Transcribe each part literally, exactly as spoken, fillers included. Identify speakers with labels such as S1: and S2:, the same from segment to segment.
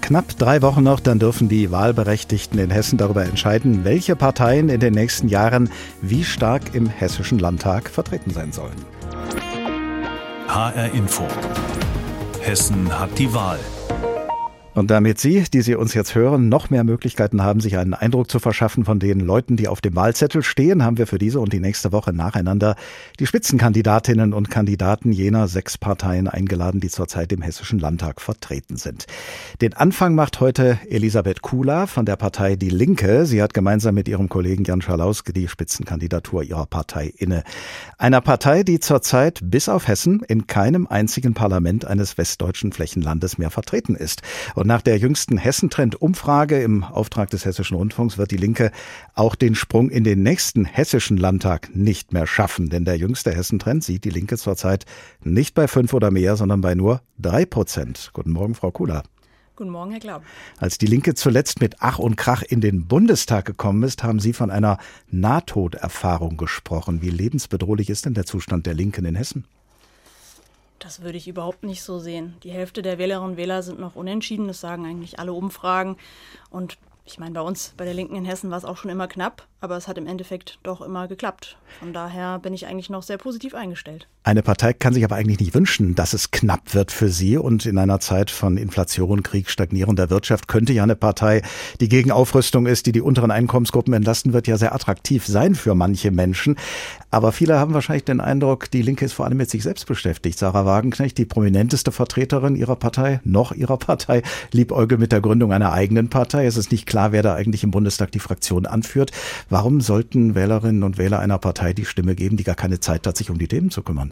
S1: Knapp drei Wochen noch, dann dürfen die Wahlberechtigten in Hessen darüber entscheiden, welche Parteien in den nächsten Jahren wie stark im Hessischen Landtag vertreten sein sollen.
S2: H R Info. Hessen hat die Wahl.
S1: Und damit Sie, die Sie uns jetzt hören, noch mehr Möglichkeiten haben, sich einen Eindruck zu verschaffen von den Leuten, die auf dem Wahlzettel stehen, haben wir für diese und die nächste Woche nacheinander die Spitzenkandidatinnen und Kandidaten jener sechs Parteien eingeladen, die zurzeit im Hessischen Landtag vertreten sind. Den Anfang macht heute Elisabeth Kula von der Partei Die Linke. Sie hat gemeinsam mit ihrem Kollegen Jan Schalauske die Spitzenkandidatur ihrer Partei inne. Einer Partei, die zurzeit bis auf Hessen in keinem einzigen Parlament eines westdeutschen Flächenlandes mehr vertreten ist. Und nach der jüngsten Hessentrend-Umfrage im Auftrag des Hessischen Rundfunks wird die Linke auch den Sprung in den nächsten Hessischen Landtag nicht mehr schaffen. Denn der jüngste Hessentrend sieht die Linke zurzeit nicht bei fünf oder mehr, sondern bei nur drei Prozent. Guten Morgen, Frau Kula.
S3: Guten Morgen, Herr Glaub.
S1: Als die Linke zuletzt mit Ach und Krach in den Bundestag gekommen ist, haben Sie von einer Nahtoderfahrung gesprochen. Wie lebensbedrohlich ist denn der Zustand der Linken in Hessen?
S3: Das würde ich überhaupt nicht so sehen. Die Hälfte der Wählerinnen und Wähler sind noch unentschieden, das sagen eigentlich alle Umfragen. Und ich meine, bei uns, bei der Linken in Hessen war es auch schon immer knapp, aber es hat im Endeffekt doch immer geklappt. Von daher bin ich eigentlich noch sehr positiv eingestellt.
S1: Eine Partei kann sich aber eigentlich nicht wünschen, dass es knapp wird für sie. Und in einer Zeit von Inflation, Krieg, stagnierender Wirtschaft könnte ja eine Partei, die gegen Aufrüstung ist, die die unteren Einkommensgruppen entlasten wird, ja sehr attraktiv sein für manche Menschen. Aber viele haben wahrscheinlich den Eindruck, die Linke ist vor allem mit sich selbst beschäftigt. Sarah Wagenknecht, die prominenteste Vertreterin ihrer Partei, noch ihrer Partei, liebäugelt mit der Gründung einer eigenen Partei. Es ist nicht klar, wer da eigentlich im Bundestag die Fraktion anführt. Warum sollten Wählerinnen und Wähler einer Partei die Stimme geben, die gar keine Zeit hat, sich um die Themen zu kümmern?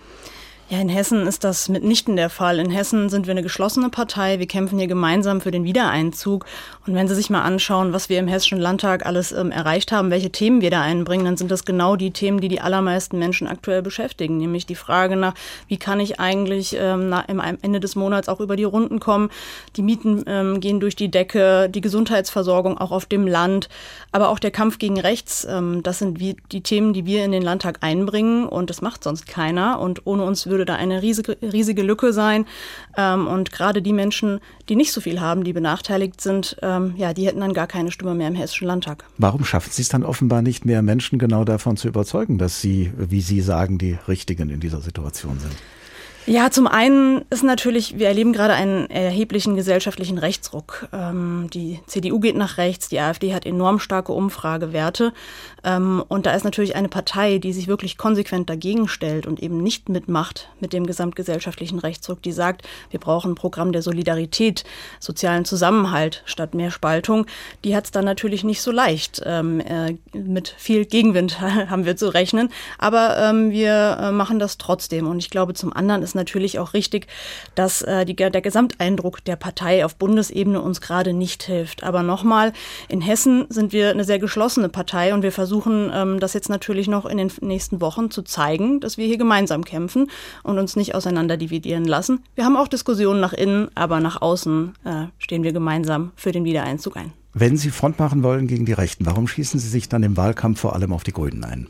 S3: Ja, in Hessen ist das mitnichten der Fall. In Hessen sind wir eine geschlossene Partei. Wir kämpfen hier gemeinsam für den Wiedereinzug. Und wenn Sie sich mal anschauen, was wir im Hessischen Landtag alles ähm, erreicht haben, welche Themen wir da einbringen, dann sind das genau die Themen, die die allermeisten Menschen aktuell beschäftigen. Nämlich die Frage nach, wie kann ich eigentlich ähm, nach, am Ende des Monats auch über die Runden kommen. Die Mieten ähm, gehen durch die Decke, die Gesundheitsversorgung auch auf dem Land, aber auch der Kampf gegen Rechts. Ähm, das sind wie die Themen, die wir in den Landtag einbringen. Und das macht sonst keiner. Und ohne uns würde da eine riesige, riesige Lücke sein. Ähm, und gerade die Menschen, die nicht so viel haben, die benachteiligt sind, ähm, ja, die hätten dann gar keine Stimme mehr im Hessischen Landtag.
S1: Warum schaffen Sie es dann offenbar nicht mehr, Menschen genau davon zu überzeugen, dass sie, wie Sie sagen, die Richtigen in dieser Situation sind?
S3: Ja, zum einen ist natürlich, wir erleben gerade einen erheblichen gesellschaftlichen Rechtsruck. Ähm, die C D U geht nach rechts, die AfD hat enorm starke Umfragewerte. Ähm, und da ist natürlich eine Partei, die sich wirklich konsequent dagegen stellt und eben nicht mitmacht mit dem gesamtgesellschaftlichen Rechtsruck, die sagt, wir brauchen ein Programm der Solidarität, sozialen Zusammenhalt statt mehr Spaltung. Die hat es dann natürlich nicht so leicht. Ähm, äh, mit viel Gegenwind haben wir zu rechnen. Aber ähm, wir äh, machen das trotzdem. Und ich glaube, zum anderen ist natürlich auch richtig, dass äh, die, der Gesamteindruck der Partei auf Bundesebene uns gerade nicht hilft. Aber nochmal, in Hessen sind wir eine sehr geschlossene Partei und wir versuchen, ähm, das jetzt natürlich noch in den nächsten Wochen zu zeigen, dass wir hier gemeinsam kämpfen und uns nicht auseinander dividieren lassen. Wir haben auch Diskussionen nach innen, aber nach außen äh, stehen wir gemeinsam für den Wiedereinzug ein.
S1: Wenn Sie Front machen wollen gegen die Rechten, warum schießen Sie sich dann im Wahlkampf vor allem auf die Grünen ein?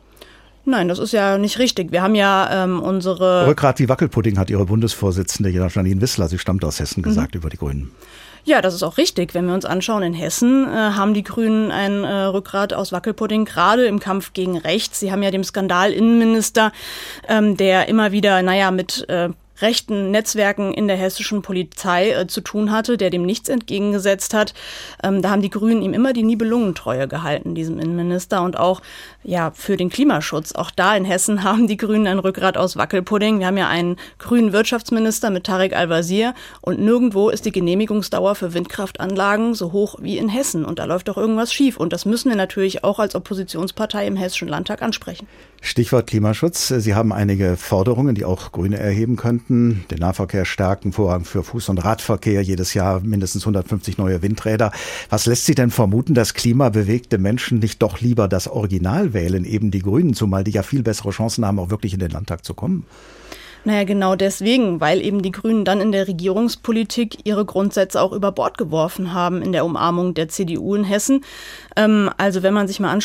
S3: Nein, das ist ja nicht richtig. Wir haben ja ähm, unsere...
S1: Rückgrat wie Wackelpudding hat Ihre Bundesvorsitzende Janine Wissler, sie stammt aus Hessen, gesagt mhm. über die Grünen.
S3: Ja, das ist auch richtig. Wenn wir uns anschauen, in Hessen äh, haben die Grünen ein äh, Rückgrat aus Wackelpudding, gerade im Kampf gegen Rechts. Sie haben ja dem Skandal-Innenminister, ähm, der immer wieder, naja, mit... Äh, rechten Netzwerken in der hessischen Polizei äh, zu tun hatte, der dem nichts entgegengesetzt hat. Ähm, da haben die Grünen ihm immer die Nibelungentreue gehalten, diesem Innenminister, und auch ja für den Klimaschutz. Auch da in Hessen haben die Grünen ein Rückgrat aus Wackelpudding. Wir haben ja einen grünen Wirtschaftsminister mit Tarek Al-Wazir und nirgendwo ist die Genehmigungsdauer für Windkraftanlagen so hoch wie in Hessen. Und da läuft doch irgendwas schief. Und das müssen wir natürlich auch als Oppositionspartei im Hessischen Landtag ansprechen.
S1: Stichwort Klimaschutz. Sie haben einige Forderungen, die auch Grüne erheben könnten. Den Nahverkehr stärken, Vorrang für Fuß- und Radverkehr, jedes Jahr mindestens hundertfünfzig neue Windräder. Was lässt Sie denn vermuten, dass klimabewegte Menschen nicht doch lieber das Original wählen, eben die Grünen, zumal die ja viel bessere Chancen haben, auch wirklich in den Landtag zu kommen?
S3: Naja, genau deswegen, weil eben die Grünen dann in der Regierungspolitik ihre Grundsätze auch über Bord geworfen haben in der Umarmung der C D U in Hessen. Ähm, also wenn man sich mal anschaut,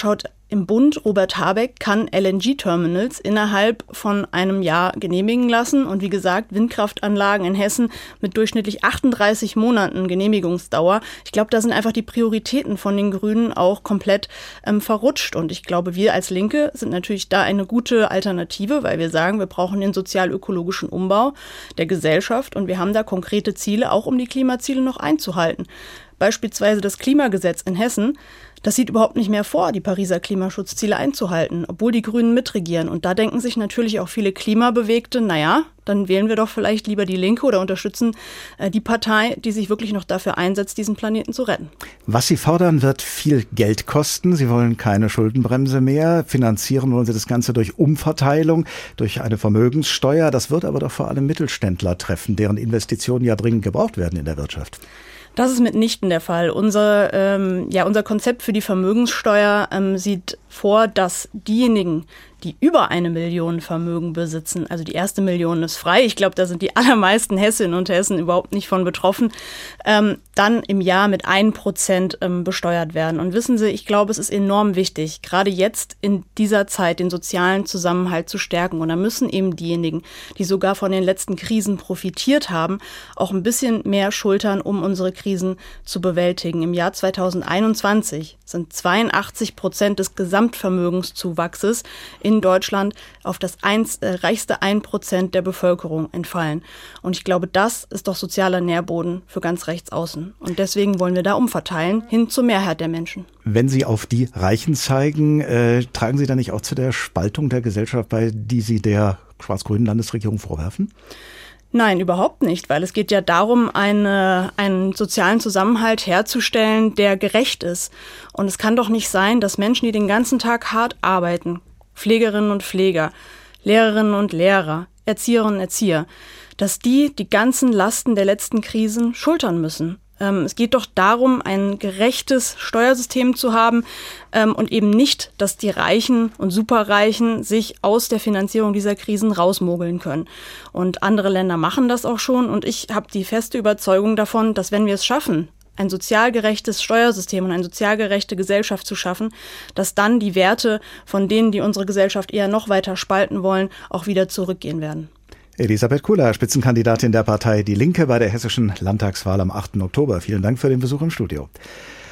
S3: im Bund, Robert Habeck, kann L N G-Terminals innerhalb von einem Jahr genehmigen lassen. Und wie gesagt, Windkraftanlagen in Hessen mit durchschnittlich achtunddreißig Monaten Genehmigungsdauer. Ich glaube, da sind einfach die Prioritäten von den Grünen auch komplett ähm, verrutscht. Und ich glaube, wir als Linke sind natürlich da eine gute Alternative, weil wir sagen, wir brauchen den sozial-ökologischen Umbau der Gesellschaft. Und wir haben da konkrete Ziele, auch um die Klimaziele noch einzuhalten. Beispielsweise das Klimagesetz in Hessen, das sieht überhaupt nicht mehr vor, die Pariser Klimaschutzziele einzuhalten, obwohl die Grünen mitregieren. Und da denken sich natürlich auch viele Klimabewegte, naja, dann wählen wir doch vielleicht lieber die Linke oder unterstützen äh, die Partei, die sich wirklich noch dafür einsetzt, diesen Planeten zu retten.
S1: Was Sie fordern, wird viel Geld kosten. Sie wollen keine Schuldenbremse mehr. Finanzieren wollen Sie das Ganze durch Umverteilung, durch eine Vermögenssteuer. Das wird aber doch vor allem Mittelständler treffen, deren Investitionen ja dringend gebraucht werden in der Wirtschaft.
S3: Das ist mitnichten der Fall. Unser, ähm, ja, unser Konzept für die Vermögenssteuer ähm, sieht vor, dass diejenigen, die über eine Million Vermögen besitzen, also die erste Million ist frei, ich glaube, da sind die allermeisten Hessinnen und Hessen überhaupt nicht von betroffen, ähm, dann im Jahr mit ein Prozent ähm, besteuert werden. Und wissen Sie, ich glaube, es ist enorm wichtig, gerade jetzt in dieser Zeit den sozialen Zusammenhalt zu stärken. Und da müssen eben diejenigen, die sogar von den letzten Krisen profitiert haben, auch ein bisschen mehr schultern, um unsere Krisen zu bewältigen. Im Jahr zweitausendeinundzwanzig sind zweiundachtzig Prozent des Gesamtvermögenszuwachses in Deutschland auf das eins, äh, reichste ein Prozent der Bevölkerung entfallen. Und ich glaube, das ist doch sozialer Nährboden für ganz rechts außen. Und deswegen wollen wir da umverteilen, hin zur Mehrheit der Menschen.
S1: Wenn Sie auf die Reichen zeigen, äh, tragen Sie da nicht auch zu der Spaltung der Gesellschaft bei, die Sie der schwarz-grünen Landesregierung vorwerfen?
S3: Nein, überhaupt nicht, weil es geht ja darum, eine, einen sozialen Zusammenhalt herzustellen, der gerecht ist. Und es kann doch nicht sein, dass Menschen, die den ganzen Tag hart arbeiten, Pflegerinnen und Pfleger, Lehrerinnen und Lehrer, Erzieherinnen und Erzieher, dass die die ganzen Lasten der letzten Krisen schultern müssen. Ähm, es geht doch darum, ein gerechtes Steuersystem zu haben ähm, und eben nicht, dass die Reichen und Superreichen sich aus der Finanzierung dieser Krisen rausmogeln können. Und andere Länder machen das auch schon. Und ich habe die feste Überzeugung davon, dass wenn wir es schaffen, ein sozial gerechtes Steuersystem und eine sozial gerechte Gesellschaft zu schaffen, dass dann die Werte, von denen, die unsere Gesellschaft eher noch weiter spalten wollen, auch wieder zurückgehen werden.
S1: Elisabeth Kuller, Spitzenkandidatin der Partei Die Linke bei der hessischen Landtagswahl am achten Oktober. Vielen Dank für den Besuch im Studio.